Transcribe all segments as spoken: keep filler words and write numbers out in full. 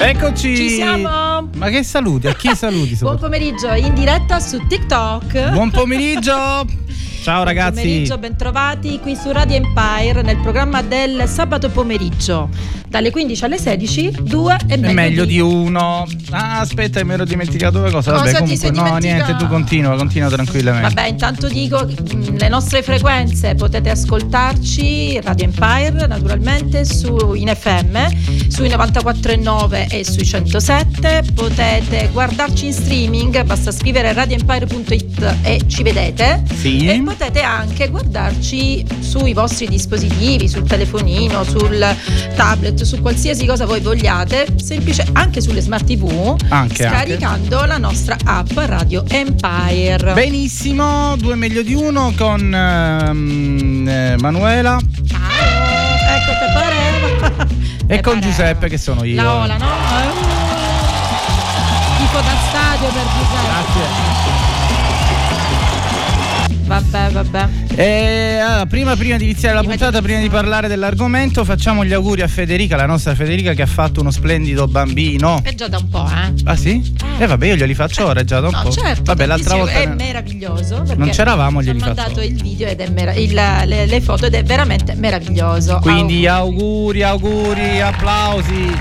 Eccoci. Ci siamo. Ma che saluti? A chi saluti? Buon pomeriggio in diretta su TikTok. Buon pomeriggio. Ciao ragazzi. Buon pomeriggio, bentrovati qui su Radio Empire nel programma del sabato pomeriggio dalle quindici alle sedici. Due e meglio, meglio di... di uno. Ah, aspetta, mi ero dimenticato una cosa. Cosa Vabbè, ti sei comunque no, dimenticato? niente, tu continua, continua tranquillamente. Vabbè, intanto dico mh, le nostre frequenze, potete ascoltarci Radio Empire naturalmente su in F M, sui novantaquattro virgola nove e sui centosette. Potete guardarci in streaming, basta scrivere radioempire punto it e ci vedete. Sì. E potete anche guardarci sui vostri dispositivi, sul telefonino, sul tablet, su qualsiasi cosa voi vogliate, semplice anche sulle smart tivù, anche, scaricando anche. la nostra app Radio Empire. Benissimo, due meglio di uno con ehm, eh, Manuela. Ah, ecco che pareva. E che con pareva. Giuseppe che sono io. La ola, no? Tipo da stadio per Giuseppe. Grazie. Vabbè, vabbè. E, allora, prima, prima di iniziare la Prima puntata, di... prima di parlare dell'argomento, facciamo gli auguri a Federica, la nostra Federica, che ha fatto uno splendido bambino. È già da un po', eh? Ah sì? E eh, vabbè, io glieli faccio ora, è già da un no, po'. Certo, vabbè, l'altra volta è ne... meraviglioso. Non c'eravamo, glieli faccio. Ho faccio. mandato il video ed è mera... il, le, le foto ed è veramente meraviglioso. Quindi auguri, auguri, applausi.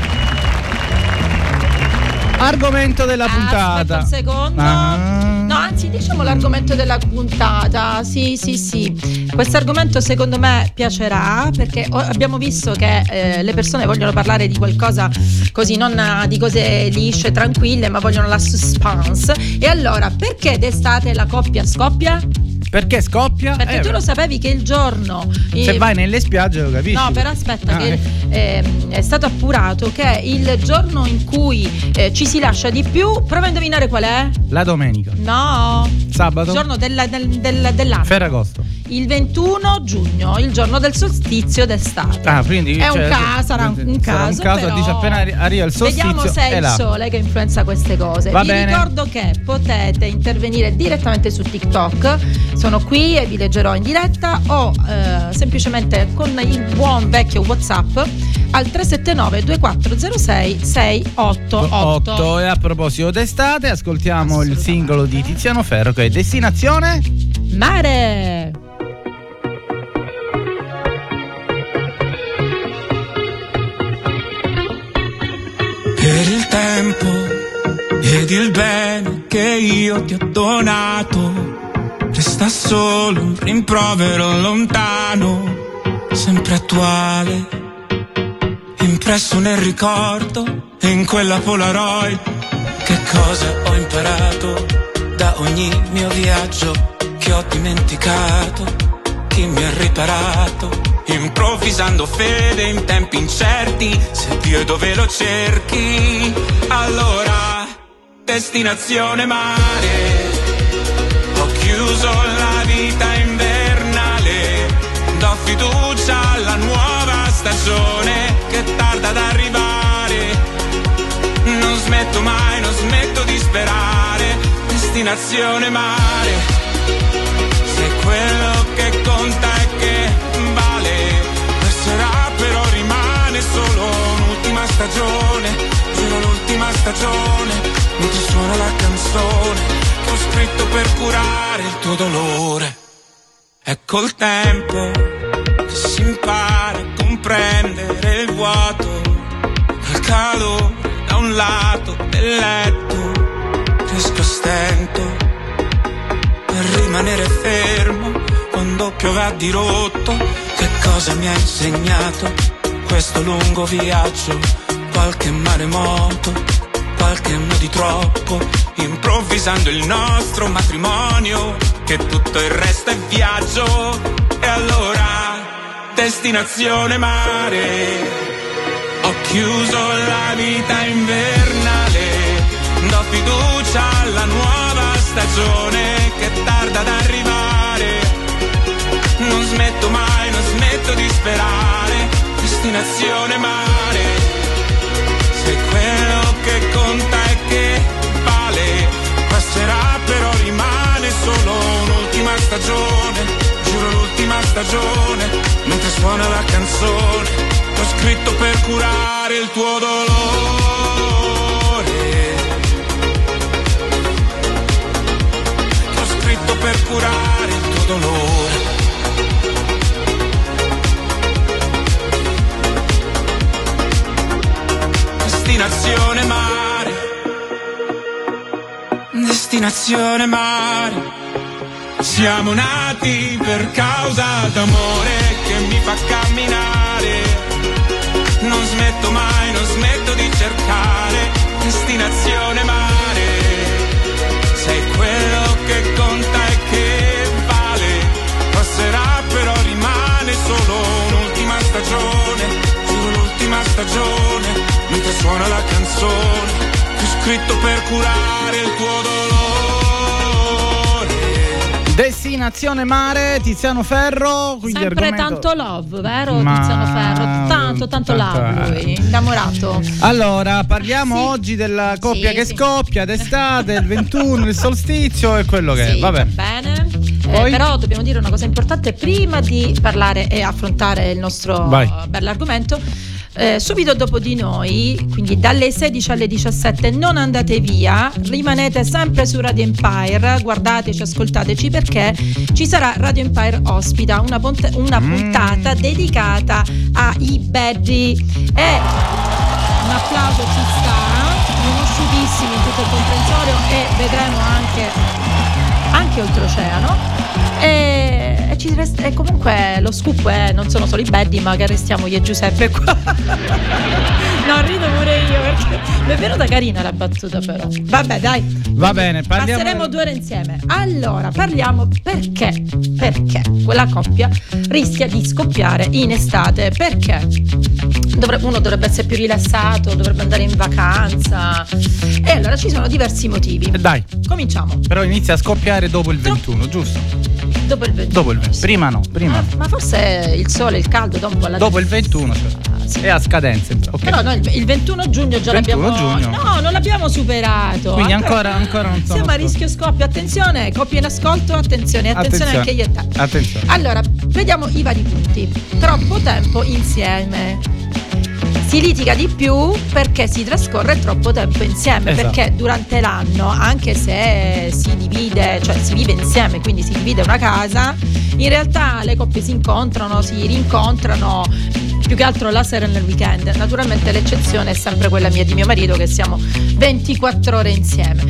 Argomento della puntata. Aspetta un secondo. Ah. No, anzi, diciamo l'argomento della puntata. Sì, sì, sì. Questo argomento secondo me piacerà, perché abbiamo visto che eh, le persone vogliono parlare di qualcosa così, non di cose lisce, tranquille, ma vogliono la suspense. E allora, perché d'estate la coppia scoppia? Perché scoppia? Perché eh, tu lo sapevi che il giorno se eh, vai nelle spiagge lo capisci. No, però aspetta, ah, che eh. eh, è stato appurato che il giorno in cui eh, ci si lascia di più, prova a indovinare qual è? La domenica. No. Sabato. Il giorno del, del, del, dell'anno. Ferragosto. Il ventuno giugno, il giorno del solstizio d'estate. Ah, quindi è cioè, un caso, sarà un, un sarà caso. un caso, però dice appena arriva il solstizio. Vediamo se è il là. sole che influenza queste cose. Va vi bene. ricordo che potete intervenire direttamente su TikTok. Sono qui e vi leggerò in diretta o eh, semplicemente con il buon vecchio WhatsApp al tre sette nove due quattro zero sei sei otto otto. E a proposito d'estate, ascoltiamo il singolo di Tiziano Ferro, che è Destinazione Mare. Per il tempo ed il bene che io ti ho donato, resta solo un rimprovero lontano, sempre attuale, impresso nel ricordo e in quella Polaroid. Che cosa ho imparato da ogni mio viaggio che ho dimenticato, chi mi ha riparato, improvvisando fede in tempi incerti, se Dio è dove lo cerchi. Allora, destinazione mare, ho chiuso la vita invernale, do fiducia alla nuova stagione che tarda ad arrivare, non smetto mai, non smetto di sperare, destinazione mare, se quello che conta è che vale, passerà però rimane solo un'ultima stagione, giuro l'ultima stagione, mentre suona la canzone che ho scritto per curare il tuo dolore. È col tempo che si impara a comprendere il vuoto, il calore da un lato del letto, riesco a stento per rimanere fermo quando piove a dirotto. Che cosa mi ha insegnato questo lungo viaggio? Qualche maremoto, qualche anno di troppo, improvvisando il nostro matrimonio, che tutto il resto è viaggio. E allora, destinazione mare, ho chiuso la vita invernale, do fiducia alla nuova stagione che tarda ad arrivare, non smetto mai, non smetto di sperare, destinazione mare, se quello che conta è che vale, passerà però rimane solo un'ultima stagione, giuro l'ultima stagione, mentre suona la canzone che ho scritto per curare il tuo dolore. curare il tuo dolore. Destinazione mare, destinazione mare. Siamo nati per causa d'amore che mi fa camminare. Non smetto mai, non smetto di cercare. Destinazione mare. Sei quello che conta e che vale. Passerà però rimane solo un'ultima stagione. Giuro l'ultima stagione. Mentre suona la canzone che ho scritto per curare il tuo dolore. Destinazione mare, Tiziano Ferro. Sempre argomento... tanto love, vero? Ma... Tiziano Ferro, tanto, tanto love lui, innamorato. Allora, parliamo sì. oggi della coppia sì, che sì. scoppia d'estate, il ventuno, il solstizio e quello che sì, è. Vabbè. Va bene. Eh, però dobbiamo dire una cosa importante prima di parlare e affrontare il nostro Vai. bell'argomento. Eh, subito dopo di noi, quindi dalle sedici alle diciassette, non andate via, rimanete sempre su Radio Empire, guardateci, ascoltateci, perché ci sarà Radio Empire ospita una, pont- una mm. puntata dedicata ai Baddi e un applauso ci sta, conosciutissimi in tutto il comprensorio e vedremo anche, anche oltreoceano. E, e, ci rest- e comunque lo scoop è non sono solo i Baddi, ma che restiamo io e Giuseppe qua. No, rido pure io perché mi è venuta carina la battuta, però vabbè, dai, va bene, parliamo. Passeremo due ore insieme. Allora parliamo perché perché quella coppia rischia di scoppiare in estate. Perché Dovre- uno dovrebbe essere più rilassato, dovrebbe andare in vacanza, e allora ci sono diversi motivi. Dai, cominciamo. Però inizia a scoppiare dopo il ventuno, giusto? Dopo il ventuno. Dopo il ventuno. Prima no, prima. Ma, ma forse il sole, il caldo dopo la dopo il ventuno, cioè. Ah, sì. È a scadenza. Okay. Però noi il ventuno giugno già ventuno l'abbiamo. Giugno. No, non l'abbiamo superato. Quindi ancora, ancora non sono. Siamo a rischio scoppio. Attenzione, coppia in ascolto, attenzione, attenzione, attenzione anche io e te. Attenzione. Allora, vediamo i vari punti. Troppo tempo insieme. Si litiga di più perché si trascorre troppo tempo insieme, esatto. Perché durante l'anno, anche se si divide, cioè si vive insieme, quindi si divide una casa, in realtà le coppie si incontrano, si rincontrano più che altro la sera nel weekend. Naturalmente l'eccezione è sempre quella mia e di mio marito, che siamo ventiquattro ore insieme.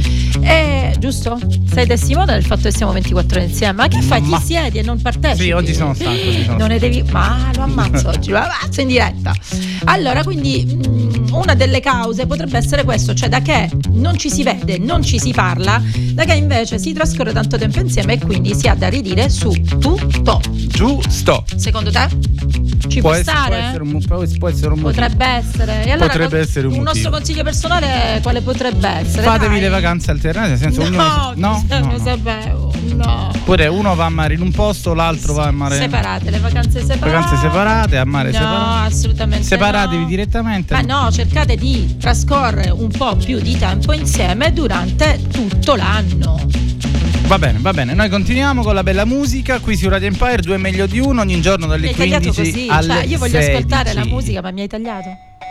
E giusto? Sei testimone del fatto che siamo ventiquattro ore insieme? Ma che fai? Ma... ti siedi e non partecipi? Sì, oggi sono stanco. Oggi sono non ne devi. Ma lo ammazzo oggi, lo ammazzo in diretta. Allora, quindi mh, una delle cause potrebbe essere questo, cioè da che non ci si vede, non ci si parla, da che invece si trascorre tanto tempo insieme e quindi si ha da ridire su tutto. Giusto. Secondo te? Ci può, può stare? Può essere un, può essere un potrebbe essere. E allora potrebbe essere un, un nostro consiglio personale quale potrebbe essere? Fatevi Dai. le vacanze alternate, nel senso no, ognuno... no, no, no, lo no. sapevo. No. Pure uno va a mare in un posto, l'altro va a mare separate, le vacanze separate. Vacanze separate, a mare no, separate. No, assolutamente. Separatevi no. direttamente. Ma no, cercate di trascorrere un po' più di tempo insieme durante tutto l'anno. Va bene, va bene. Noi continuiamo con la bella musica qui su Radio Empire, due meglio di uno, ogni giorno dalle mi quindici così. alle cioè, io voglio sedici. ascoltare la musica, ma mi hai tagliato?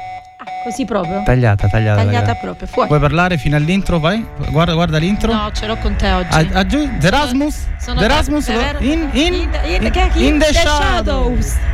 Ah, così proprio? Tagliata, tagliata. Tagliata tagliata. proprio, fuori. Vuoi parlare fino all'intro? Vai, guarda, guarda l'intro. No, ce l'ho con te oggi. A, aggiù, The Erasmus? Sono The Erasmus? In, in, in, in, in, in, in, in the, the shadows. shadows.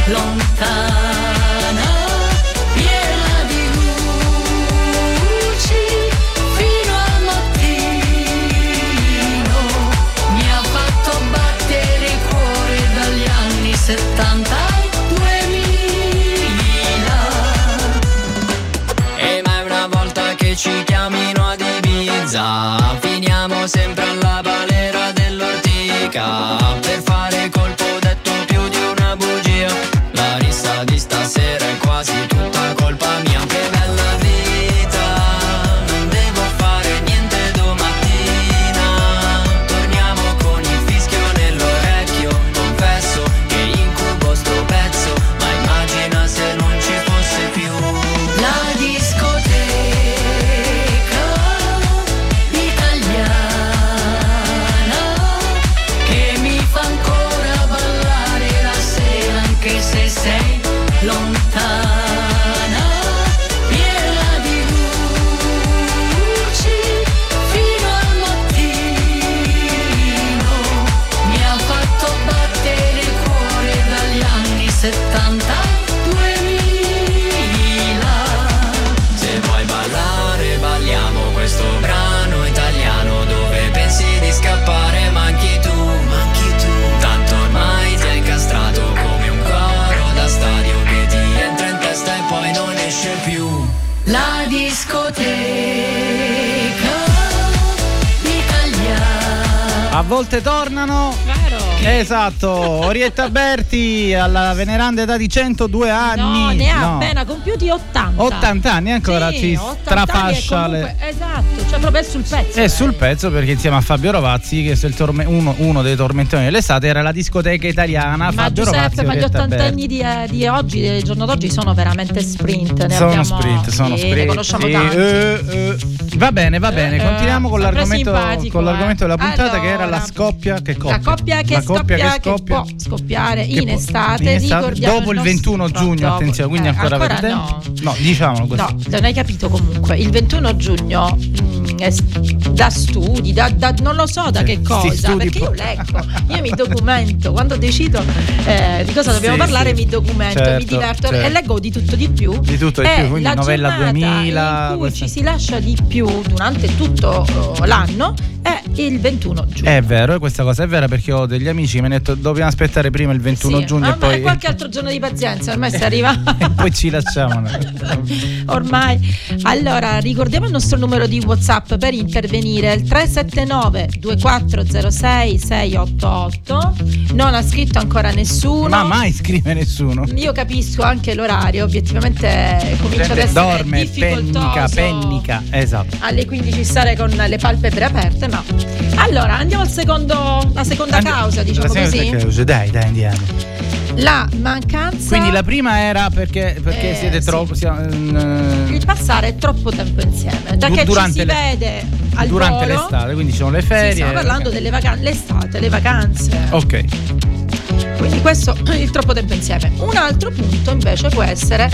lontana, piena di luci, fino al mattino. Mi ha fatto battere il cuore dagli anni settanta al duemila. E mai una volta che ci chiamino ad Ibiza, finiamo sempre alla balera dell'Ortica, per fare colpo detto più di una bugia. La rissa di stasera è quasi tutta colpa mia. Che bella vita, non devo fare niente domattina. Torniamo con il fischio nell'orecchio. Confesso che incubo sto pezzo, ma immagina se non ci fosse più La discoteca italiana che mi fa ancora ballare la sera, anche se sei lontana, piena di luci, fino al mattino. Mi ha fatto battere il cuore dagli anni settanta al duemila. Se vuoi ballare, balliamo questo brano italiano dove pensi di scappare, manchi tu, manchi tu. Tanto ormai ti hai incastrato come un coro da stadio che ti entra in testa e poi non esce più. La discoteca italiana. A volte tornano. Vero? Esatto, Orietta Berti alla veneranda età di centodue anni. No, ne ha No. appena compiuti ottanta. ottanta anni ancora Sì, ci ottanta anni e strafascia comunque- le... Esatto, cioè proprio è sul pezzo. È sul pezzo perché insieme a Fabio Rovazzi, che è il torme- uno, uno dei tormentoni dell'estate, era la discoteca italiana. Ma Fabio Giuseppe, Rovazzi, ma gli Orietta ottanta Berti. anni di, eh, di oggi, del giorno d'oggi, sono veramente sprint. Ne Sono abbiamo, sprint, sono sì, sprint. Ne conosciamo sì, tanti. eh, eh. Va bene, va bene. Eh, Continuiamo con sempre l'argomento, simpatico, con l'argomento eh. della puntata, Allora, che era la scoppia. Che coppia? La coppia che La coppia scoppia, che scoppia. può scoppiare Che in può- estate, in estate, ricordiamo dopo il nostro- ventuno giugno, dopo- attenzione, quindi eh, ancora avete tempo? no. No, diciamolo così. No, non hai capito comunque. Il ventuno giugno mh, è s- da studi, da, da- non lo so da Sì, che sti cosa, studi perché io po- leggo, io mi documento, quando decido eh, di cosa dobbiamo Sì, parlare sì. mi documento, Certo, mi diverto certo. e leggo di tutto di più. Di tutto di È più, quindi la novella giornata duemila, in cui questa- ci si lascia di più durante tutto oh, l'anno è il ventuno giugno. È vero, e questa cosa è vera perché ho degli amici che mi hanno detto dobbiamo aspettare prima il ventuno Sì, giugno ma e poi qualche altro giorno di pazienza, ormai si arriva. e poi ci lasciamo. Ormai. Allora, ricordiamo il nostro numero di WhatsApp per intervenire, il tre sette nove due quattro zero sei sei otto otto. Non ha scritto ancora nessuno. Ma mai scrive nessuno. Io capisco anche l'orario, obiettivamente comincia ad essere Dorme, difficoltoso. pennica, pennica, esatto. Alle quindici stare con le palpebre aperte, ma allora andiamo al secondo, la seconda Andi- causa, diciamo la così. seconda causa, Dai, dai, andiamo. La mancanza. Quindi la prima era perché, perché Eh, siete sì. troppo. siamo, eh, il passare troppo tempo insieme, da Du- che durante ci si le- vede al durante volo. l'estate, quindi ci sono le Sì, ferie. stiamo parlando delle vacanze, l'estate, le vacanze. Ok. Quindi questo il troppo tempo insieme. Un altro punto invece può essere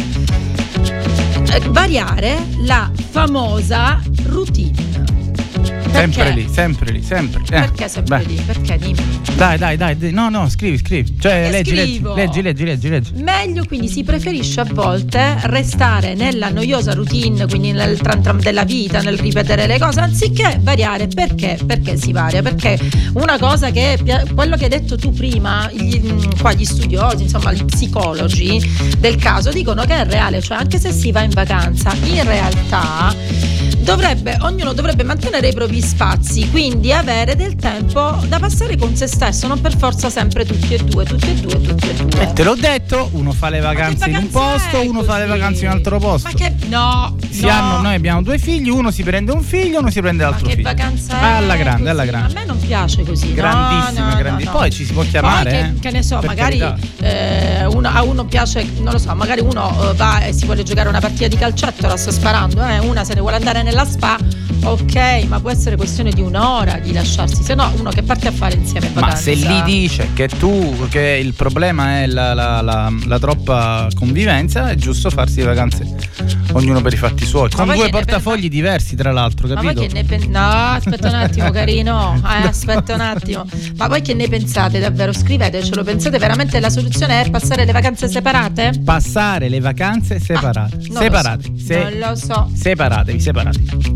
eh, variare la famosa routine. Sempre Perché? lì, sempre lì, sempre. Eh, Perché sempre beh. lì? Perché dimmi. Dai, dai, dai, dai, no, no, scrivi, scrivi. Cioè, Che leggi, leggi, scrivo? leggi, leggi, leggi, leggi. Meglio quindi si preferisce a volte restare nella noiosa routine, quindi nel tram tram della vita, nel ripetere le cose, anziché variare. Perché? Perché si varia? Perché una cosa che quello che hai detto tu prima, gli, qua gli studiosi, insomma gli psicologi del caso dicono che è reale, cioè anche se si va in vacanza, in realtà dovrebbe, ognuno dovrebbe mantenere i propri spazi, quindi avere del tempo da passare con se stesso, non per forza sempre tutti e due, tutti e due, tutti e due. E te l'ho detto, uno fa le vacanze in un posto, uno fa le vacanze in un altro posto. Ma che no, Si no. hanno, noi abbiamo due figli, uno si prende un figlio, uno si prende l'altro Ma che figlio. vacanza è Alla grande, così? alla grande. A me non piace così. Grandissima, no, no, grandi- no, no. Poi ci si può chiamare, Poi che, eh, che ne so, per magari carità. eh, uno, a uno piace, non lo so, magari uno eh, va e si vuole giocare una partita di calcetto, la sto sparando, eh, una se ne vuole andare nella spa, ok, ma può essere questione di un'ora di lasciarsi, se no uno che parte a fare insieme vacanza. Ma se gli dice che tu che il problema è la, la, la, la troppa convivenza, è giusto farsi le vacanze ognuno per i fatti suoi, con due portafogli pen- diversi tra l'altro, capito? Ma voi che ne pen- no, aspetta un attimo carino, eh, aspetta un attimo, ma voi che ne pensate davvero? Scrivetecelo, pensate veramente la soluzione è passare le vacanze separate? Passare le vacanze separate, ah, separate, se- non lo so, separatevi, separatevi.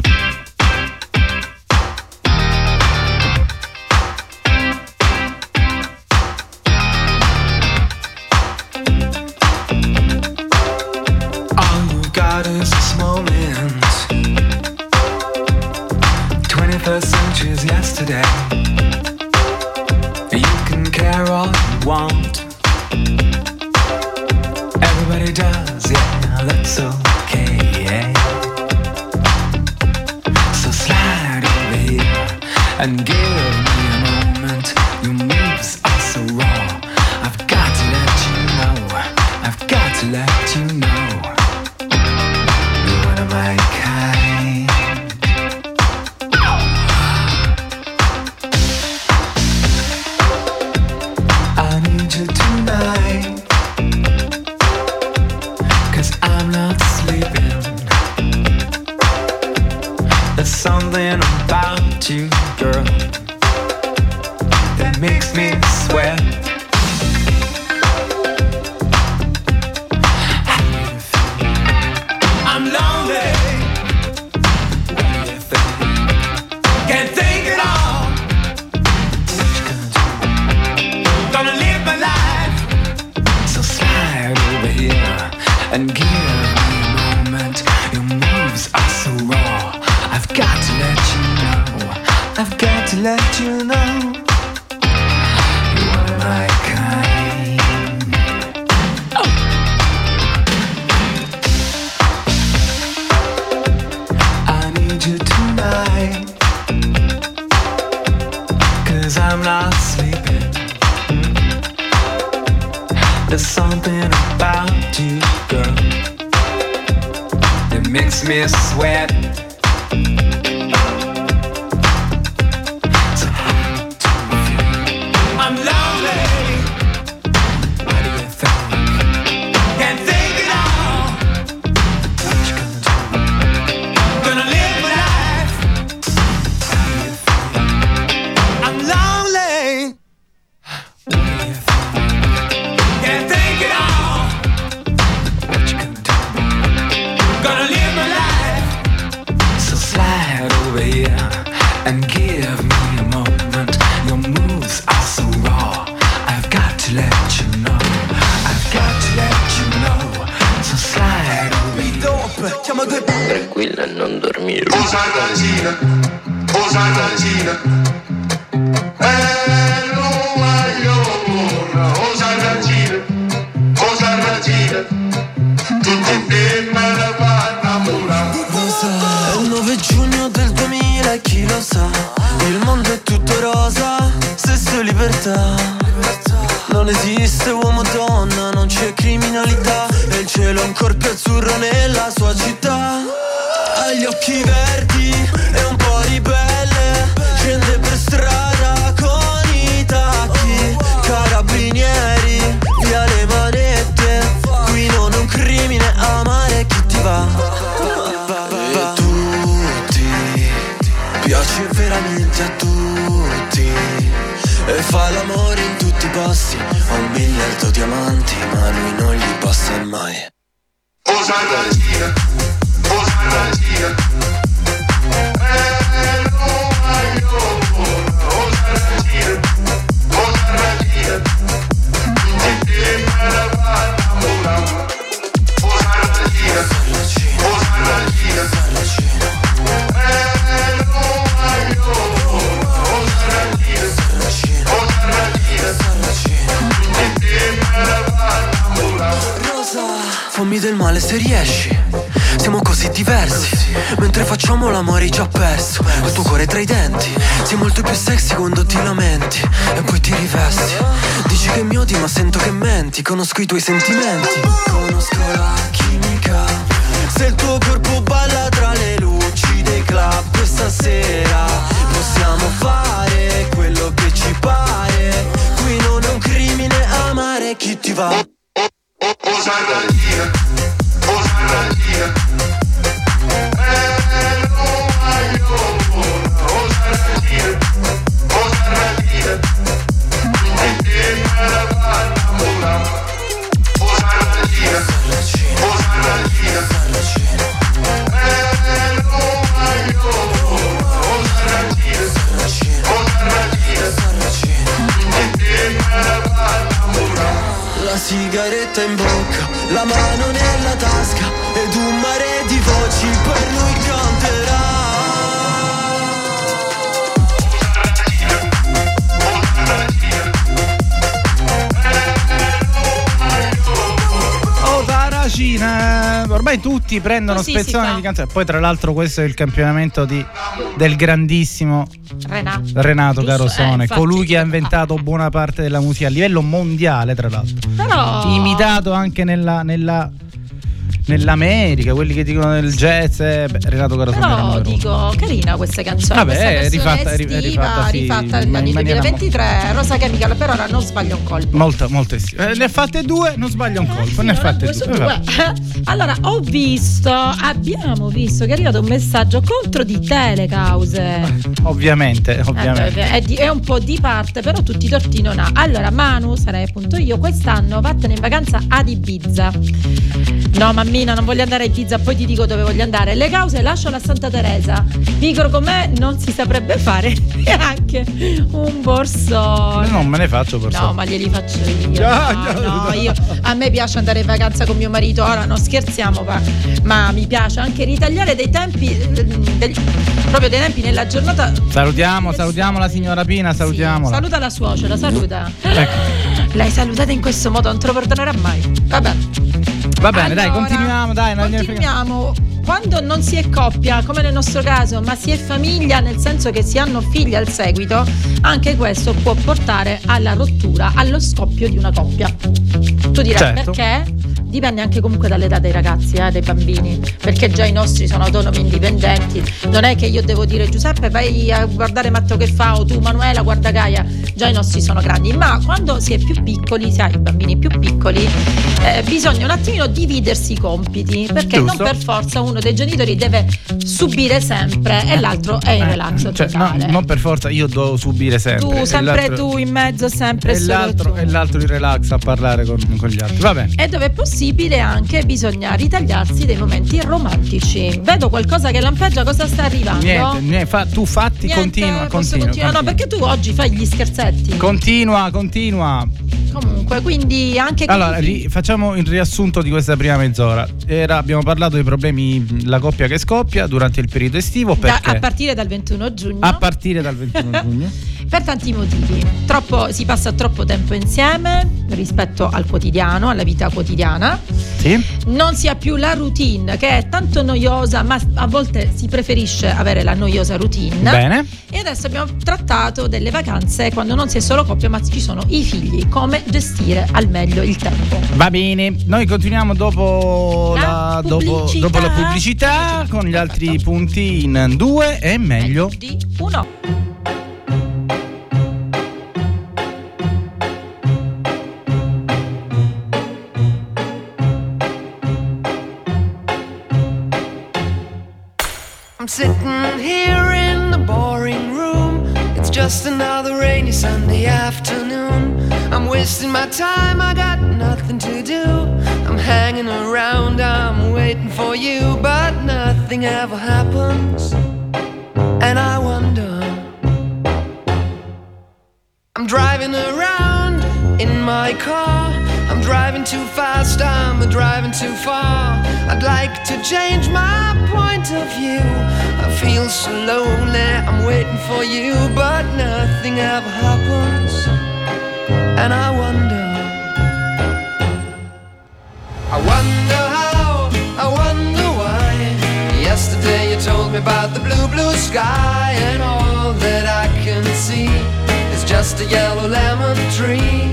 Is this moment twenty-first century's yesterday. You can care all you want, everybody does, yeah, that's okay. So slide over here and give me a moment. Your moves are so raw, I've got to let you know, I've got to let you know. My kind. I need you tonight, 'cause I'm not sleeping. There's something about you, girl, that makes me sweat. I'm lonely. Can't think at all. Gonna live my life. So slide over here and give me a moment. Your moves are so raw, I've got to let you know, I've got to let you know. You are my kind. You tonight, 'cause I'm not sleeping. There's something about you, girl, that makes me sweat. So I'm lonely. What do you think? Can't think it all. What you gonna do? Gonna live. And give me a moment. Your moves are so raw, I've got to let you know, I've got to let you know. So slide over. Tranquilla e non dormire. Osa ragina, osa ragina. Eh, non voglio, osa ragina, osa ragina. Tutti fermi la panna mura. È il nove giugno del duemila e chi lo sa, il mondo è tutto rosa, stesso libertà. Non esiste uomo o donna, non c'è criminalità, e il cielo è ancora più azzurro nella sua città. Ha gli occhi verdi e un po' ribelle, scende per strada con i tacchi. Carabinieri, via le manette, qui non è un crimine amare chi ti va. E tutti, piace veramente a tutti, e fa l'amore in tutti i posti. Ho un miliardo di amanti, ma lui non gli basta mai. Osa ragina, osa ragina. Eh, non voglio, osa ragina, osa ragina. Tutti fermi la panna mura. Osa ragina, osa ragina. Eh, non voglio, osa ragina, osa ragina. Tutti fermi la panna mura. Fammi del male se riesci, siamo così diversi, mentre facciamo l'amore hai già perso il tuo cuore tra i denti. Sei molto più sexy quando ti lamenti e poi ti rivesti. Dici che mi odi ma sento che menti, conosco i tuoi sentimenti, conosco la chimica. Se il tuo corpo balla tra le luci dei club, questa sera possiamo fare quello che ci pare. Qui non è un crimine amare chi ti va. Osarratina, osarratina, eh non voglio osarratina, osarratina, e te me la fa innamorare. Osarratina, osarratina, eh non voglio osarratina, osarratina, e te me la fa innamorare. La sigaretta in bocca, la mano nella tasca ed un mare di voci per lui canterà. Oh Taracina, ormai tutti prendono Così spezzoni di canzoni. Poi tra l'altro questo è il campionamento di, del grandissimo Renato, Renato Giusto, Carosone, eh, infatti. colui che ha inventato buona parte della musica a livello mondiale, tra l'altro. Però Imitato anche nella, nella nell'America, quelli che dicono del jazz, eh, beh, Renato Carosone era Però numero uno. dico, carina questa canzone. Vabbè, questa è versione rifatta- è estiva, rifatta, sì, rifatta in negli anni maniera duemilaventitré. Rosa Chemical, per ora non sbaglio un colpo. Molto, molto estiva. Eh, ne ha fatte due, non sbaglio un colpo. Sì, ne ha non è fatte due su due. due. Allora, ho visto, abbiamo visto che è arrivato un messaggio contro di te le cause. Ovviamente, Eh, ovviamente. beh, è, di- è un po' di parte, però tutti i torti non ha. Allora, Manu, sarei appunto io, quest'anno vattene in vacanza ad Ibiza. No, mammina, non voglio andare a Ibiza, poi ti dico dove voglio andare. Le cause lascio la Santa Teresa. Pigro con me non si saprebbe fare neanche un borsone. Non me ne faccio per No, ma glieli faccio io. Già, No, già, no, già. io a me piace andare in vacanza con mio marito. Ora non scherziamo, ma, ma mi piace anche ritagliare dei tempi, eh, del- proprio dei tempi nella giornata. Salutiamo, salutiamo la signora Pina, salutiamola. Sì, saluta la suocera, saluta. Ecco. L'hai salutata in questo modo, non te lo perdonerà mai. Vabbè. Va bene, dai, Allora, continuiamo, dai, non gliene frega- continuiamo. Quando non si è coppia, come nel nostro caso, ma si è famiglia, nel senso che si hanno figli al seguito, anche questo può portare alla rottura, allo scoppio di una coppia. Tu dirai Certo. perché? Dipende anche comunque dall'età dei ragazzi, eh, dei bambini, perché già i nostri sono autonomi, indipendenti. Non è che io devo dire Giuseppe vai a guardare Matteo che fa, o tu Manuela guarda Gaia, già i nostri sono grandi. Ma quando si è più piccoli, si ha i bambini più piccoli, eh, bisogna un attimino dividersi i compiti, perché Giusto. non per forza uno dei genitori deve subire sempre e l'altro è in relax Cioè, no, totale. non per forza io devo subire sempre. Tu E sempre l'altro- tu in mezzo, sempre E solo l'altro, tu. e l'altro in relax a parlare con, con gli altri. Va bene. E dove è possibile anche bisogna ritagliarsi dei momenti romantici. Vedo qualcosa che lampeggia, cosa sta arrivando? Niente, niente, fa- tu fatti, Niente, continua, posso continua, continuare? No, continua. perché tu oggi fai gli scherzetti. Continua, continua. Comunque, quindi anche con Allora, i figli- ri- facciamo il riassunto di questa prima mezz'ora. Era, abbiamo parlato dei problemi, la coppia che scoppia durante il periodo estivo. da- Perché? a partire dal ventuno giugno. A partire dal ventuno giugno. Per tanti motivi. Troppo, si passa troppo tempo insieme rispetto al quotidiano, alla vita quotidiana. Sì. Non si ha più la routine, che è tanto noiosa, ma a volte si preferisce avere la noiosa routine. Bene. E adesso abbiamo trattato delle vacanze quando non si è solo coppia, ma ci sono i figli. Come gestire al meglio il tempo. Va bene, noi continuiamo dopo La la, dopo, pubblicità. dopo la pubblicità con gli altri punti in due e meglio. Di uno. I'm sitting here in the boring room. It's just another rainy Sunday afternoon. I'm wasting my time, I got nothing to do. I'm hanging around, I'm waiting for you, but nothing ever happens. And I wonder, I'm driving around in my car. I'm driving too fast, I'm driving too far. I'd like to change my point of view. I feel so lonely, I'm waiting for you, but nothing ever happens. And I wonder, I wonder how, I wonder why. Yesterday you told me about the blue, blue sky, and all that I can see is just a yellow lemon tree.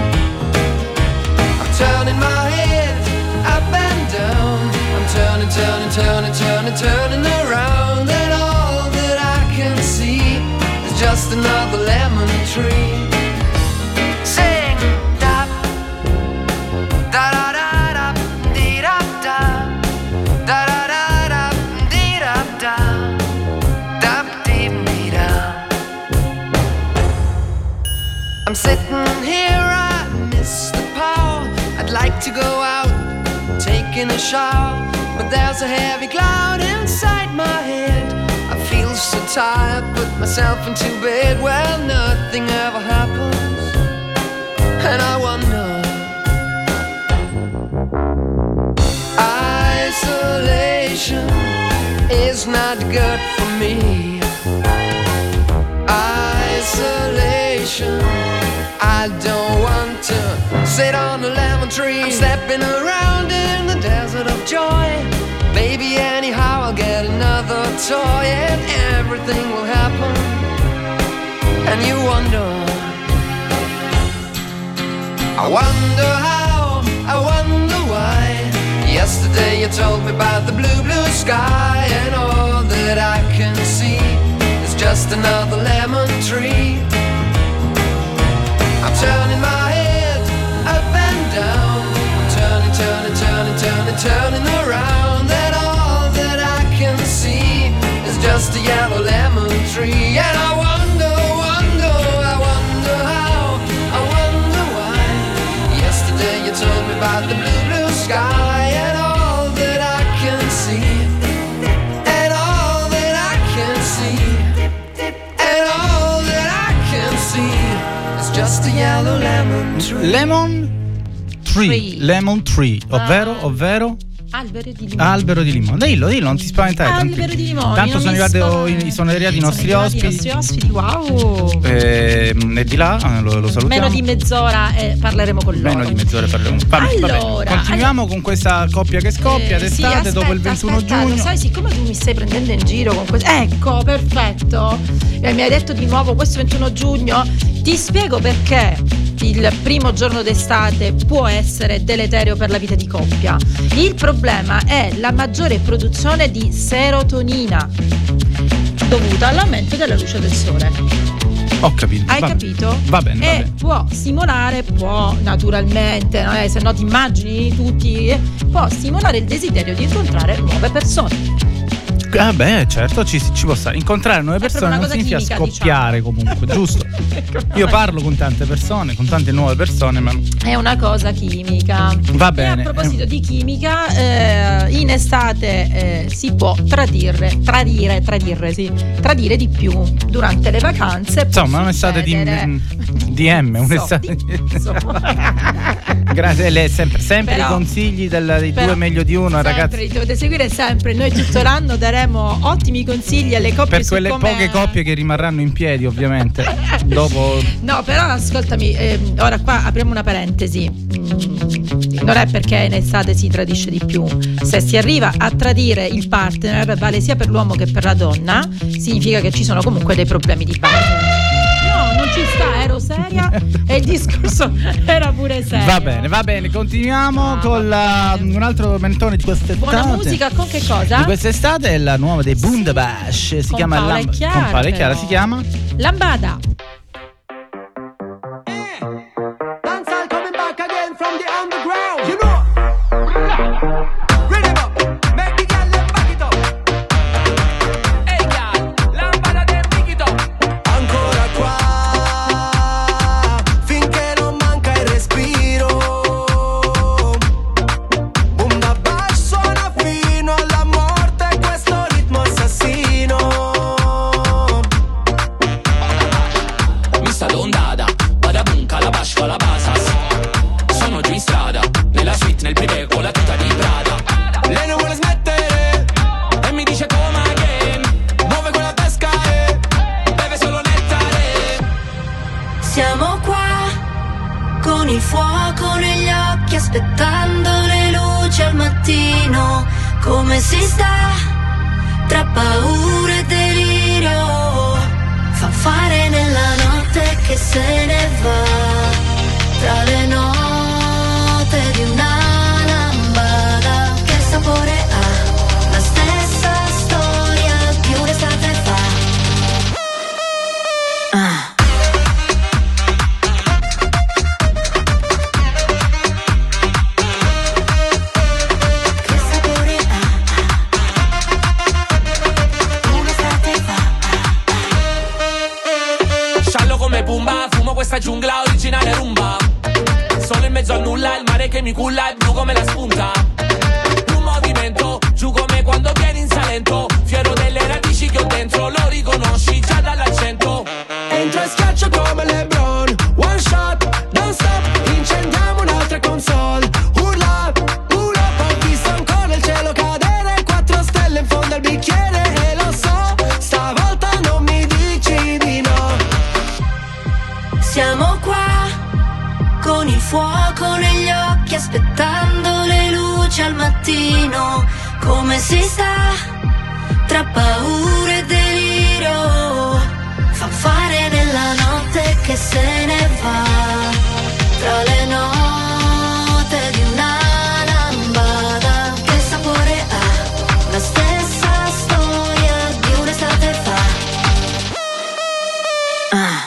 Turning my head up and down. I'm turning, turning, turning, turning, turning around. And all that just another lemon tree. Sing da da da da da dee da da da da da da dee da da da dee dee da. I'm sitting here, I miss the power. I'd like to go out, taking a shower, but there's a heavy cloud inside my head. I feel so tired, put myself into bed. Well, nothing ever happens, and I wonder. Isolation is not good for me. Isolation, I don't want to sit on a lemon tree. I'm stepping around in the desert of joy. Maybe anyhow I'll get another toy and everything will happen. And you wonder, I wonder how, I wonder why. Yesterday you told me about the blue, blue sky, and all that I can see is just another lemon tree. I'm turning my head up and down, I'm turning, turning, turning, turning, turning around, and all that I can see is just a yellow lemon tree. And I wonder, wonder, I wonder how, I wonder why. Yesterday you told me about the blue, blue sky, and all that I can see, and all that I can see, and all that I can see. Just a yellow lemon tree. Lemon tree, tree. Lemon tree, ovvero, ah. ovvero albero di limone. Albero di limone. Dillo, dillo, non ti spaventare. Albero tanti, di limone. Tanto sono arrivati, oh, sono arrivati i nostri sono ospiti. I nostri ospiti, wow. E, e di là lo, lo salutiamo. Meno di mezz'ora e parleremo con loro. Meno di mezz'ora parleremo. Vabbè, allora, vabbè. Continuiamo allora, con questa coppia che scoppia eh, d'estate, sì, aspetta, dopo il ventuno aspetta, giugno. Lo sai, siccome tu mi stai prendendo in giro con questo. Ecco, perfetto. E mi hai detto di nuovo questo ventuno giugno. Ti spiego perché il primo giorno d'estate può essere deleterio per la vita di coppia. Il problema è la maggiore produzione di serotonina dovuta all'aumento della luce del sole. Ho capito. Hai va capito? Va bene. E va bene. può stimolare, può naturalmente, no? eh, se no ti immagini tutti, eh, può stimolare il desiderio di incontrare nuove persone. Ah beh, certo, ci, ci può stare. Incontrare nuove persone non significa chimica, scoppiare, diciamo. Comunque, giusto? Io parlo con tante persone, con tante nuove persone, ma è una cosa chimica. Va bene. E a proposito eh. di chimica, eh, in estate eh, si può tradire, tradire, tradire, sì, tradire di più durante le vacanze. Insomma, un'estate di, di M, un'estate. So, Grazie, lei sempre, sempre però, i consigli del, dei però, due meglio di uno, sempre, ragazzi. Dovete seguire sempre. Noi tutto l'anno daremo ottimi consigli alle coppie per quelle poche coppie che rimarranno in piedi, ovviamente. Dopo. No, però ascoltami, eh, ora qua apriamo una parentesi. Mm, non è perché in estate si tradisce di più. Se si arriva a tradire il partner, vale sia per l'uomo che per la donna, significa che ci sono comunque dei problemi di base. Non ci sta, ero seria e il discorso era pure serio. Va bene, va bene, continuiamo ah, con la, un altro mentone di quest'estate. Buona musica con che cosa? Di quest'estate è la nuova dei Bundabash, si con chiama Paola Lamb- Chiara, con Paola Chiara si chiama Lambada. Dancehall coming back again from the underground. You know. Ready up, make the girl them back it up. Hey girl, Lambada them pick it up. Ancora qua. il fuoco negli occhi aspettando le luci al mattino. Come si sta tra paura e delirio? Fa fare nella notte che se ne va, tra le note di una lambada. Che sapore ha la stessa storia di un'estate fa. mare che mi culla è blu come la spunta. Un movimento, giù come quando vieni in Salento. Fiero delle radici che ho dentro, lo riconosci già dall'accento. Entro e schiaccio come LeBron, one shot, non stop, incendiamo un'altra console. Urla, urla, ho visto ancora il cielo cadere, quattro stelle in fondo al bicchiere. E lo so, stavolta non mi dici di no. Siamo qua, con il fuoco negli occhi, aspettando le luci al mattino. Come si sta, tra paura e delirio, fanfare nella notte che se ne va, tra le note di una lambada. Che sapore ha, la stessa storia di un'estate fa. Ah.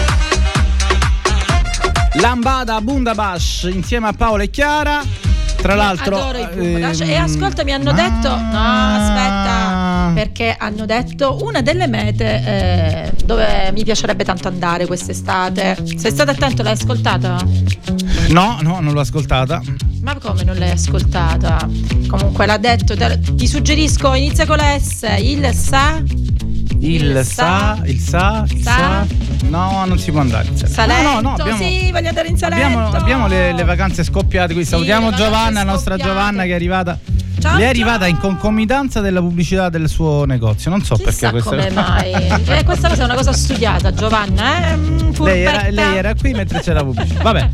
Lambada Bundabash insieme a Paola e Chiara. Tra l'altro adoro i Bundabash. Ehm, e ascolta, mi hanno detto no, aspetta, perché hanno detto una delle mete eh, dove mi piacerebbe tanto andare quest'estate. Sei stato attento, l'hai ascoltata? No, no, non l'ho ascoltata. Ma come non l'hai ascoltata? Comunque l'ha detto, te, ti suggerisco, inizia con la S, il sa Il, il sa, il sa, il sa, sa. No, non si può andare in Salento. No, no, no, abbiamo, sì, voglio andare in Salento. Abbiamo, abbiamo le, le vacanze scoppiate. Qui salutiamo sì, Giovanna, la nostra Giovanna che è arrivata. Ciao, lei è arrivata ciao. in concomitanza della pubblicità del suo negozio. Non so Chissà perché come mai. eh, questa cosa è una cosa studiata, Giovanna. Eh? Lei, era, lei era qui mentre c'era la pubblicità. Vabbè.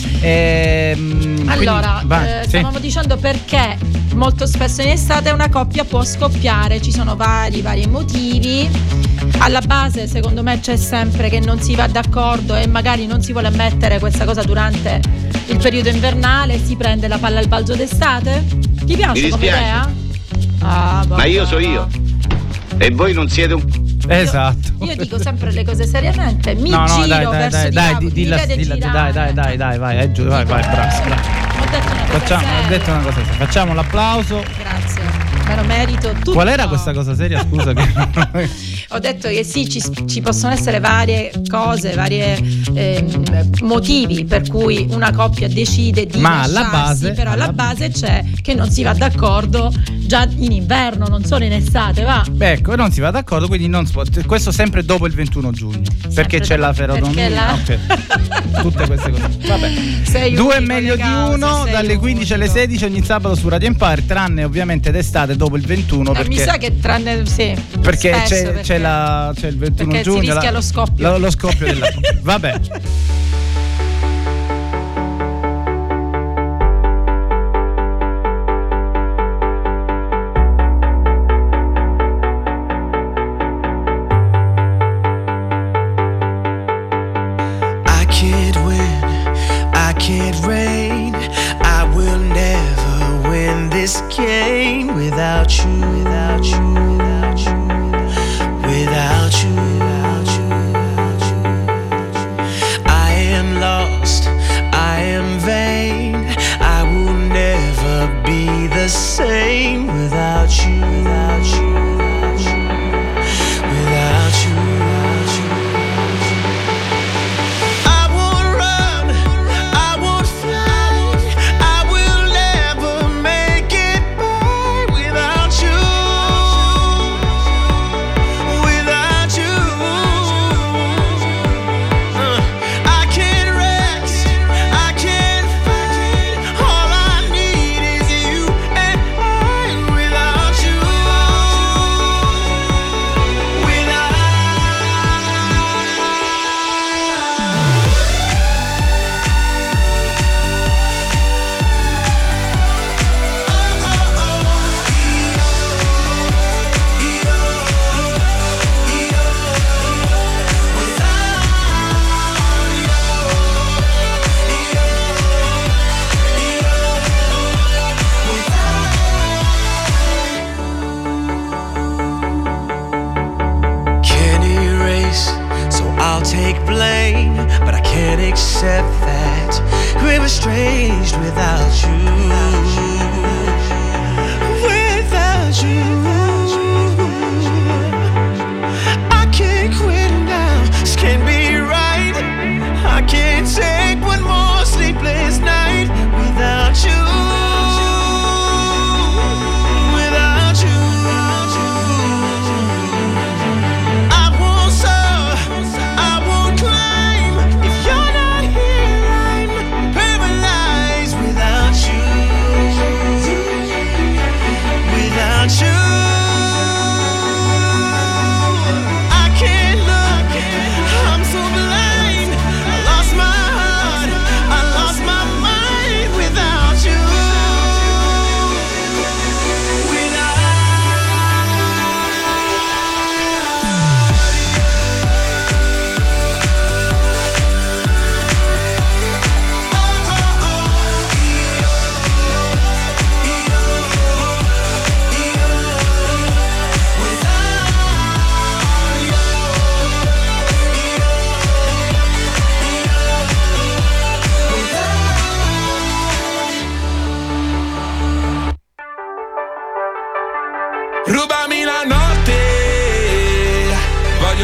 Ehm, allora, quindi, vai, eh, sì. stavamo dicendo perché molto spesso in estate una coppia può scoppiare. Ci sono vari, vari motivi. Alla base, secondo me, c'è sempre che non si va d'accordo e magari non si vuole ammettere questa cosa durante il periodo invernale. Si prende la palla al balzo d'estate. Ti piace come idea? Ah, ma io so io e voi non siete un esatto. Io, io dico sempre le cose seriamente. Mi no, no, giro dai, dai, verso dai, di dai, là, di, di, mi di, dai, dai, dai, dai, vai, è giù, vai, vai, bravo, bravo. Ho detto una cosa Facciamo, seria. ho detto una cosa seria. Facciamo l'applauso. Grazie. Me lo merito tutto. Qual era questa cosa seria? Scusa che... Ho detto che sì, ci, ci possono essere varie cose, vari eh, motivi per cui una coppia decide di ma lasciarsi, alla base, però alla alla base c'è che non si va d'accordo già in inverno, non solo in estate, va? Beh, ecco, non si va d'accordo, quindi non si può. Questo sempre dopo il ventuno giugno, sempre perché c'è la ferodomia, la... okay. Tutte queste cose. Vabbè. Sei Due è meglio di cause, uno, dalle quindici alle sedici ogni sabato su Radio Empire, tranne ovviamente d'estate dopo il ventuno. Eh, perché... mi sa che tranne sì. Perché spesso, c'è, perché... c'è, la, c'è il ventuno perché giugno. Si rischia la, lo scoppio. Lo, lo scoppio della. Vabbè. This game without you, without you, without you, without you, without you, without you. I am lost, I am vain. I will never be the same without you, without you, without you, without you, without you. I won't run, I won't fly. I will never make it by without you.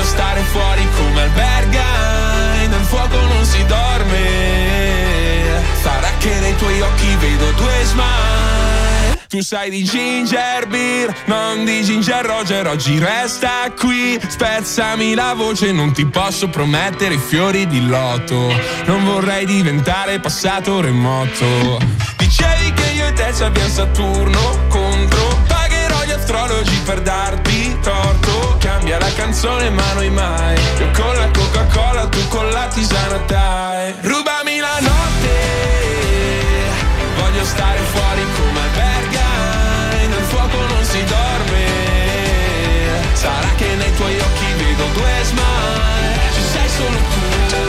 stare fuori come albergai, nel fuoco non si dorme. Sarà che nei tuoi occhi vedo due smile. Tu sai di ginger beer, non di ginger Roger. Oggi resta qui, spezzami la voce. Non ti posso promettere i fiori di loto, non vorrei diventare passato remoto. Dicevi che io e te ci abbiamo Saturno contro, pagherò gli astrologi per darti torto. Cambia la canzone ma noi mai, io con la Coca-Cola, tu con la tisana Thai. Rubami la notte, voglio stare fuori come albergai, nel fuoco non si dorme. Sarà che nei tuoi occhi vedo due smile, ci sei solo tu.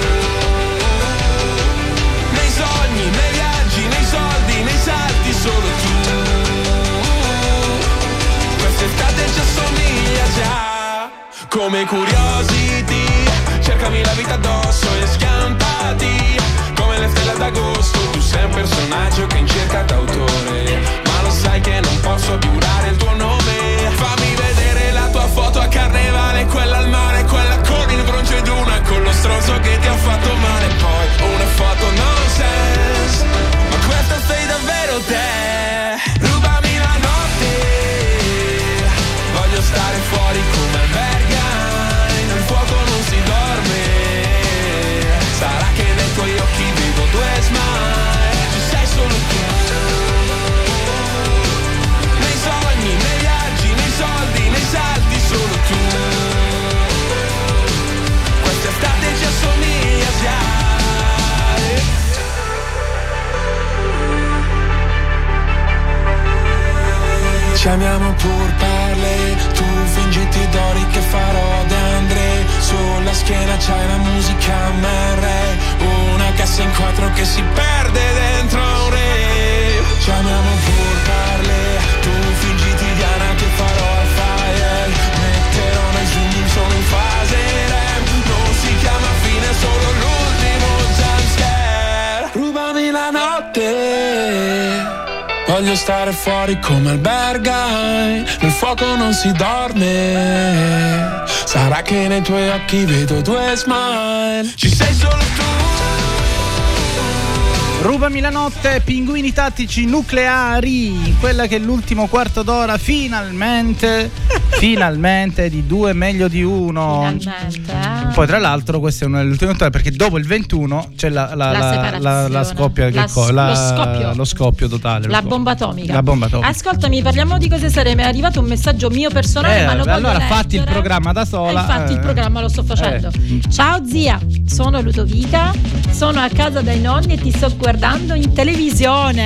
Nei sogni, nei viaggi, nei soldi, nei salti, solo tu. Quest'estate ci assomiglia già, come Curiosity. Cercami la vita addosso e scampati come le stelle d'agosto. Tu sei un personaggio che è in cerca d'autore, ma lo sai che non posso giurare il tuo nome. Fammi vedere la tua foto a carnevale, quella al mare, quella con il bronzo ed una con lo stronzo che ti ha fatto male. Poi una foto nonsense, ma questa sei davvero te. Rubami la notte, voglio stare fuori come albergai, nel fuoco non si dorme. Sarà che nei tuoi occhi vedo due smile, ci sei solo tu. Nei sogni, nei viaggi, nei soldi, nei salti, solo tu. Quest'estate ci assomiglia già. Ci amiamo pur parle, tu fingiti d'ori che farò d'Andre. Sulla schiena c'hai la musica M R, una cassa in quattro che si perde dentro un re. Ci amiamo pur parle, tu fingiti Diana che farò al fire. Metterò nel zoom, sono in fase rem, non si chiama fine, solo l'ultimo jumpscare. Rubami la notte, voglio stare fuori come albergai, nel fuoco non si dorme. Sarà che nei tuoi occhi vedo due smile, ci sei solo tu. Rubami la notte, pinguini tattici nucleari, quella che è l'ultimo quarto d'ora finalmente, finalmente di due meglio di uno. Finalmente, eh? Poi tra l'altro questa è una delle ultime notte perché dopo il ventuno c'è la, la, La la, separazione. la, la scoppia, La che co- s- la- lo scoppio. lo scoppio totale. lo La scoppio. bomba atomica. La bomba atomica. Ascoltami, parliamo di cose serie. Mi è arrivato un messaggio mio personale, Eh, ma lo voglio allora leggere. fatti il programma da sola. Eh, infatti eh. il programma lo sto facendo. Eh. Ciao zia, sono Ludovica, sono a casa dai nonni e ti sto guardando in televisione.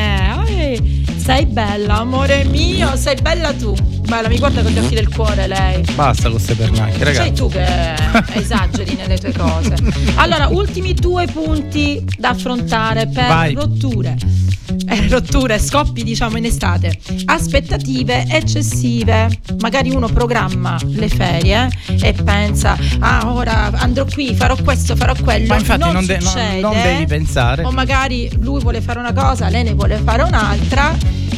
Oi, sei bella, amore mio, sei bella tu. Bella, mi guarda con gli occhi del cuore lei. Basta con queste pernacchie, ragazzi. Sei tu che esageri nelle tue cose. Allora, ultimi due punti da affrontare per Vai. rotture. Eh, rotture, scoppi diciamo in estate. Aspettative eccessive. Magari uno programma le ferie e pensa: ah, ora andrò qui, farò questo, farò quello. Ma infatti non, non, de- non- succede. non devi pensare. O magari lui vuole fare una cosa, lei ne vuole fare un'altra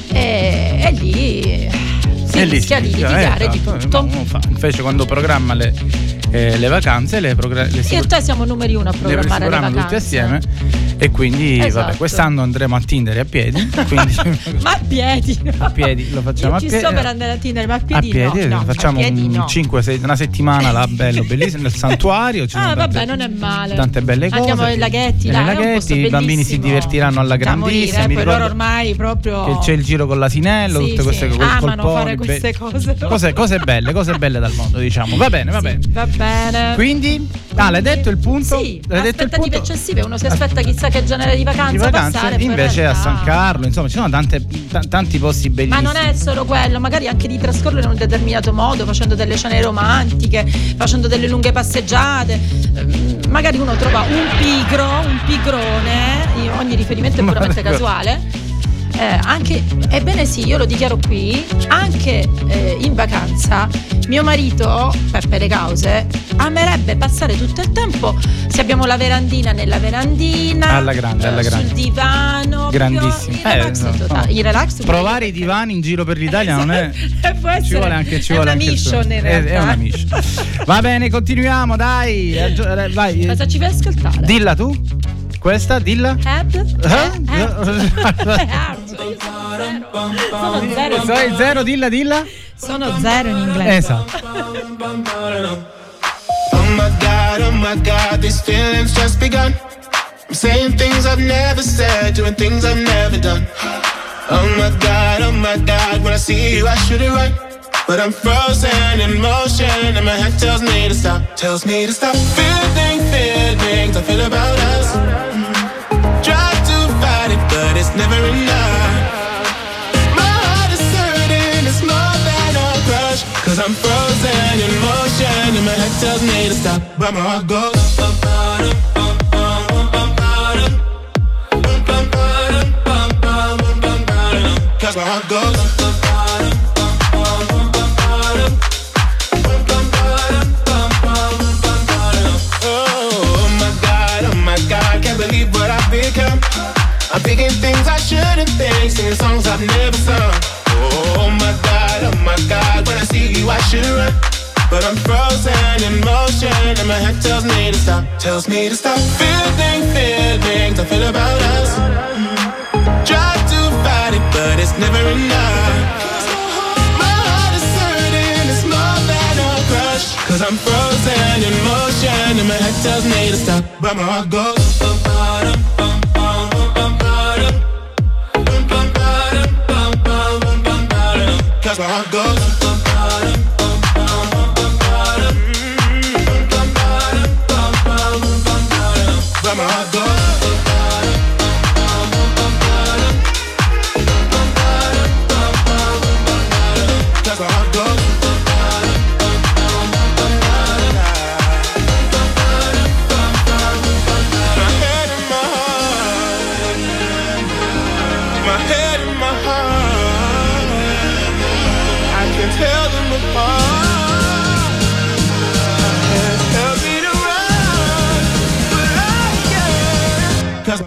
e, e lì si E lì rischia si di dice, litigare eh, di fa- tutto. non fa. Invece quando programma le, eh, le vacanze le, progra- le si Io e te siamo numeri uno a le programmare le programmano tutti vacanze. assieme e quindi Esatto. vabbè, quest'anno andremo a Tinder a piedi, quindi Ma a piedi. a piedi lo facciamo Io a ci piedi. sto per andare a Tinder, ma a A piedi, piedi, no, no, facciamo a piedi un no. cinque, sei, una settimana là bello bellissimo nel santuario. Ci Ah, sono vabbè, tante, non è male. tante belle cose. Andiamo ai laghetti, E là, nei è un laghetti, posto i bambini si bellissimo. divertiranno alla Da morire, grandissima. eh, Mi per loro ricordo ormai proprio che c'è il giro con l'asinello, Sì, tutte queste sì. col Amano colponi, fare queste be- cose. cose cose belle, cose belle dal mondo, diciamo. Va bene, va bene. Va bene. Quindi, ah, l'hai detto il punto? Sì, L'hai detto il aspettative punto? eccessive, uno si aspetta chissà che genere di vacanza, Di vacanze, passare, poi in invece a realtà- San Carlo, insomma, ci sono tante, t- tanti posti Ma bellissimi. non è solo quello, magari anche di trascorrere in un determinato modo, facendo delle scene romantiche, facendo delle lunghe passeggiate. Ehm, Magari uno trova un pigro, un pigrone, io- ogni riferimento è Ma puramente ecco. casuale. eh, anche, ebbene sì, io lo dichiaro qui, anche eh, in vacanza mio marito, per, per le cause, amerebbe passare tutto il tempo, se abbiamo la verandina, nella verandina, alla grande, alla grande, sul divano, grandissimo, più, in relax, eh, no, totale, no. in relax provare i divani in giro per l'Italia non è può essere, ci vuole anche ci è vuole una anche mission in realtà. è, è una mission. Va bene, continuiamo, dai, vai. Cosa ci fai ascoltare? Dilla tu. Questa, dilla. Head? Eh? Sono zero. Sono zero, dilla, dilla. Sono zero in inglese. Esatto. Oh my God, oh my God, these feelings just begun. I'm saying things I've never said, doing things I've never done. Oh my God, oh my God, when I see you I should it right, but I'm frozen in motion and my head tells me to stop, tells me to stop. Feeling, feelings I feel about us. Try to fight it, but it's never enough. My heart is hurting, it's more than a crush, cause I'm frozen in motion and my head tells me to stop, but my heart goes. Cause my heart goes. Oh my God, oh my God, can't believe what I've become. I'm thinking things I shouldn't think, singing songs I've never sung. Oh my God, oh my God, when I see you I should run, but I'm frozen in motion and my head tells me to stop, tells me to stop. Feeling, feelings I feel about us. Try to fight it, but it's never enough. My heart is hurting, it's more than a crush, cause I'm frozen in motion and my head tells me to stop, but my heart goes. Cause my heart goes. But my heart goes. Cause my heart goes. My head and my heart. My head and my heart. I can tell them apart. Tell me to run, but I can't. Cause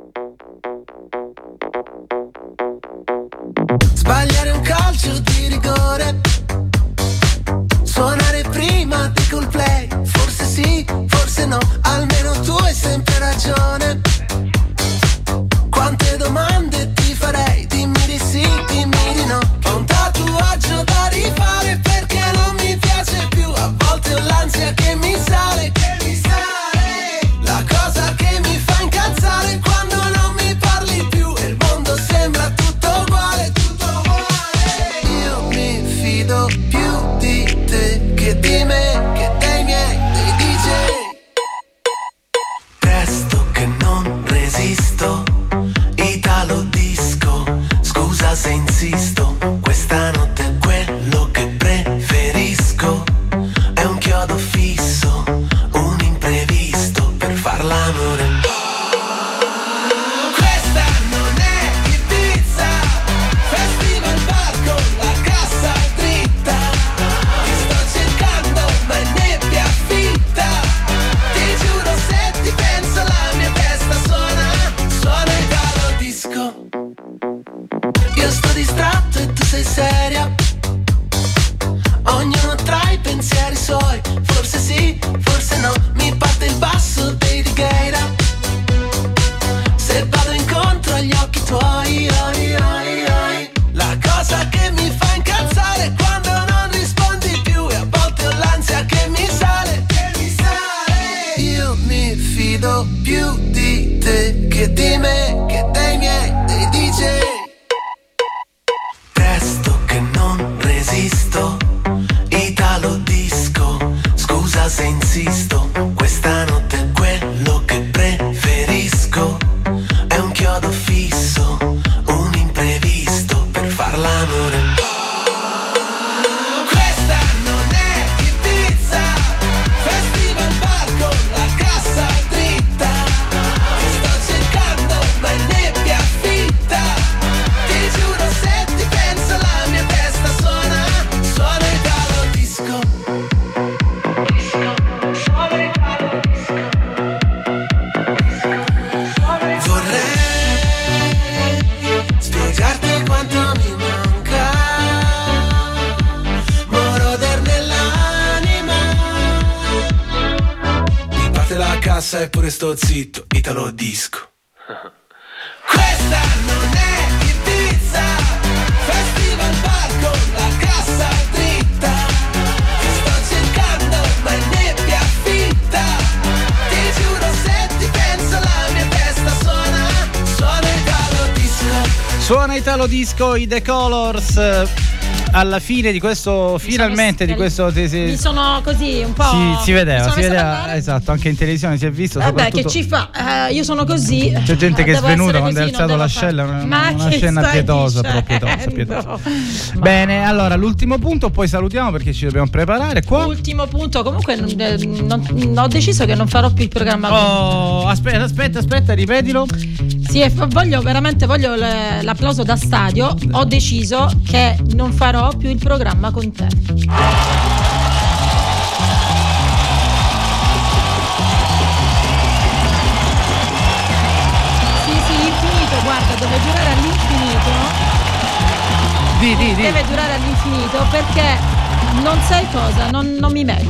sbagliare un calcio di rigore, suonare prima di Coldplay, forse sì, forse no, almeno tu hai sempre ragione. Quante domande ti farei, dimmi di sì, dimmi di no. Ho un tatuaggio da rifare perché non mi piace più, a volte ho l'ansia che mi sale, che mi sale. La cosa che mi fa incazzare quando non mi parli più e il mondo sembra tutto uguale, tutto uguale. Io mi fido più di te che di me, che dei miei, dei D J. Presto che non resisto, Italo disco, scusa se insisto, questa notte è quello che preferisco, è un chiodo fisso, un imprevisto per far l'amore. Questa non è Ibiza, festival bar con la cassa dritta, ti sto cercando ma è nebbia fitta, ti giuro se ti penso la mia testa suona, suona Italo disco. Io sto distratto e tu sei seria, ognuno tra i pensieri suoi, forse sì, forse no, mi parte il basso dei Righeira, se vado incontro agli occhi tuoi, oi, oi, oi. La cosa che mi fa incazzare è quando non rispondi più e a volte ho l'ansia che mi sale, che mi sale. Io mi fido più di te che di me, che dei miei, dei D J. Presto che non cassa eppure sto zitto, Italo disco. Questa non è Ibiza, festival bar con la cassa dritta. Ti sto cercando ma è nebbia fitta. Ti giuro se ti penso la mia testa suona, suona Italo disco. Suona Italo disco, i The Colors. Alla fine di questo, mi finalmente di questo si, si, mi sono così un po'. Si, si vedeva, si vedeva, esatto, anche in televisione si è visto. Vabbè, che ci fa? Eh, io sono così. C'è gente che è svenuta quando così, è alzato l'ascella, una, una scena pietosa, proprio pietosa, pietosa. Bene, allora l'ultimo punto, poi salutiamo perché ci dobbiamo preparare qua. Ultimo punto, comunque non, non, ho deciso che non farò più il programma. Oh, aspetta, aspetta, aspetta, ripetilo. Sì, voglio veramente voglio l'applauso da stadio. Ho deciso che non farò più il programma con te. Sì, sì, l'infinito, guarda, deve durare all'infinito. Di, di, di. Deve durare all'infinito perché non sai cosa, non, non mi merito.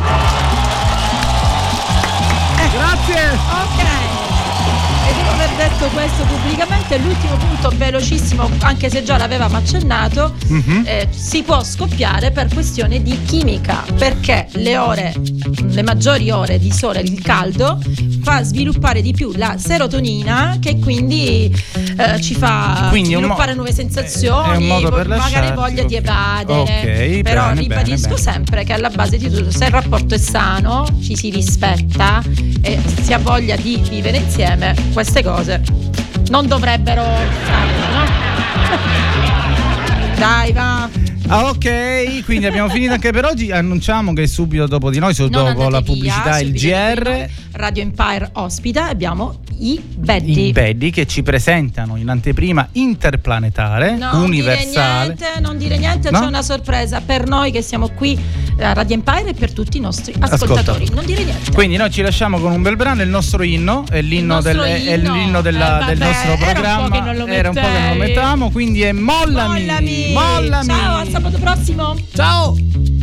Eh, grazie. Ok. E dopo aver detto questo pubblicamente, l'ultimo punto velocissimo, anche se già l'avevamo accennato, mm-hmm. eh, si può scoppiare per questione di chimica, perché le ore, le maggiori ore di sole, il caldo, fa sviluppare di più la serotonina, che quindi eh, ci fa quindi sviluppare mo- nuove sensazioni, per magari voglia okay. di evadere. Okay, però bene, ribadisco bene, sempre che alla base di tutto, se il rapporto è sano, ci si rispetta e si ha voglia di vivere insieme, queste cose non dovrebbero farlo, no? Dai, va. Ah, ok, quindi abbiamo finito anche per oggi. Annunciamo che subito dopo di noi, su, dopo la pubblicità, via, il G R, Radio Empire ospita, abbiamo i Beddi. I Beddi che ci presentano in anteprima Interplanetare, non universale. Dire niente, non dire niente, no? C'è una sorpresa per noi che siamo qui a Radio Empire e per tutti i nostri ascoltatori. Ascolta. Non dire niente. Quindi noi ci lasciamo con un bel brano, il nostro inno, è l'inno, del, inno. È l'inno della, eh, del vabbè, nostro programma. Era un po' che non lo, era un po' che non lo mettiamo, quindi è Mollami. Mollami. Mollami. Ciao, a sabato prossimo. Ciao.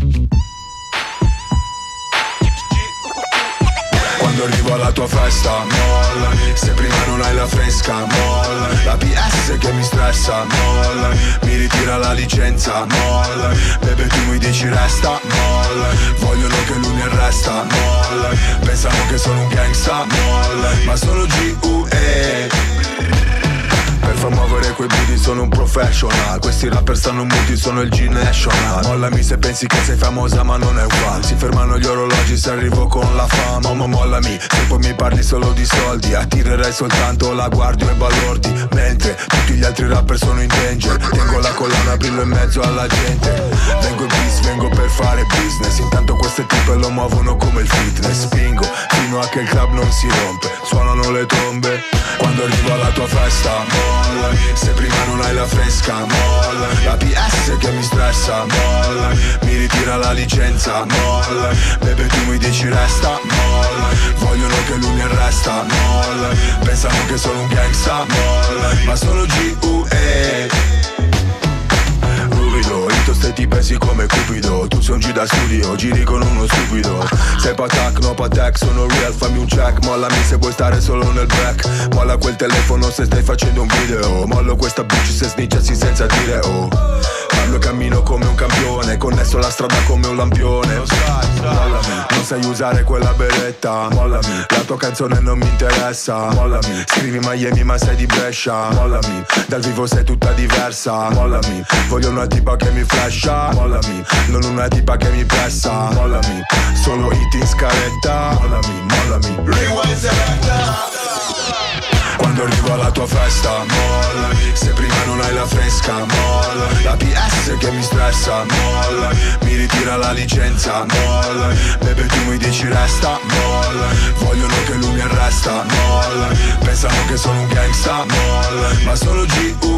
Quando arrivo alla tua festa, mollami. Se prima non hai la fresca, mollami. La P S che mi stressa, mollami. Mi ritira la licenza, mollami. Bebe tu mi dici resta, mollami. Vogliono che lui mi arresta, mollami. Pensano che sono un gangsta, mollami. Ma sono G U E. Per far muovere quei beat sono un professional. Questi rapper stanno muti, sono il G-National. Mollami se pensi che sei famosa ma non è uguale. Si fermano gli orologi se arrivo con la fama. Ma mollami, se poi mi parli solo di soldi, attirerai soltanto la guardia e balordi. Mentre tutti gli altri rapper sono in danger. Tengo la collana, brillo in mezzo alla gente. Vengo in bis, vengo per fare business. Intanto queste tipe lo muovono come il fitness. Spingo fino a che il club non si rompe. Suonano le trombe quando arrivo alla tua festa, mollami. Se prima non hai la fresca, mollami. La P S che mi stressa, mollami. Mi ritira la licenza, mollami. Bebe tu mi dici resta, mollami. Vogliono che lui mi arresta, mollami. Pensano che sono un gangsta, mollami. Ma sono G U E. Io ste ti pensi come Cupido. Tu sei un G da studio, giri con uno stupido. Sei patak, no patak, sono real, fammi un check. Mollami se vuoi stare solo nel back. Molla quel telefono se stai facendo un video. Mollo questa bitch se snitchassi senza dire oh. Parlo e cammino come un campione, connesso la strada come un lampione. Lo sai, mollami, non sai usare quella beretta. Mollami, la tua canzone non mi interessa. Mollami, scrivi Miami ma sei di Brescia. Mollami, dal vivo sei tutta diversa. Mollami, voglio una tipa che mi flasha. Mollami, non una tipa che mi pressa. Mollami, solo hit in scaletta. Mollami, mollami, rewind selecta. Quando arrivo alla tua festa, mollami. Se prima non hai la fresca, mollami. La P S che mi stressa, mollami. Mi ritira la licenza, mollami. Bebe tu mi dici resta, mollami. Vogliono che lui mi arresta, mollami. Pensano che sono un gangsta, mollami. Ma sono G U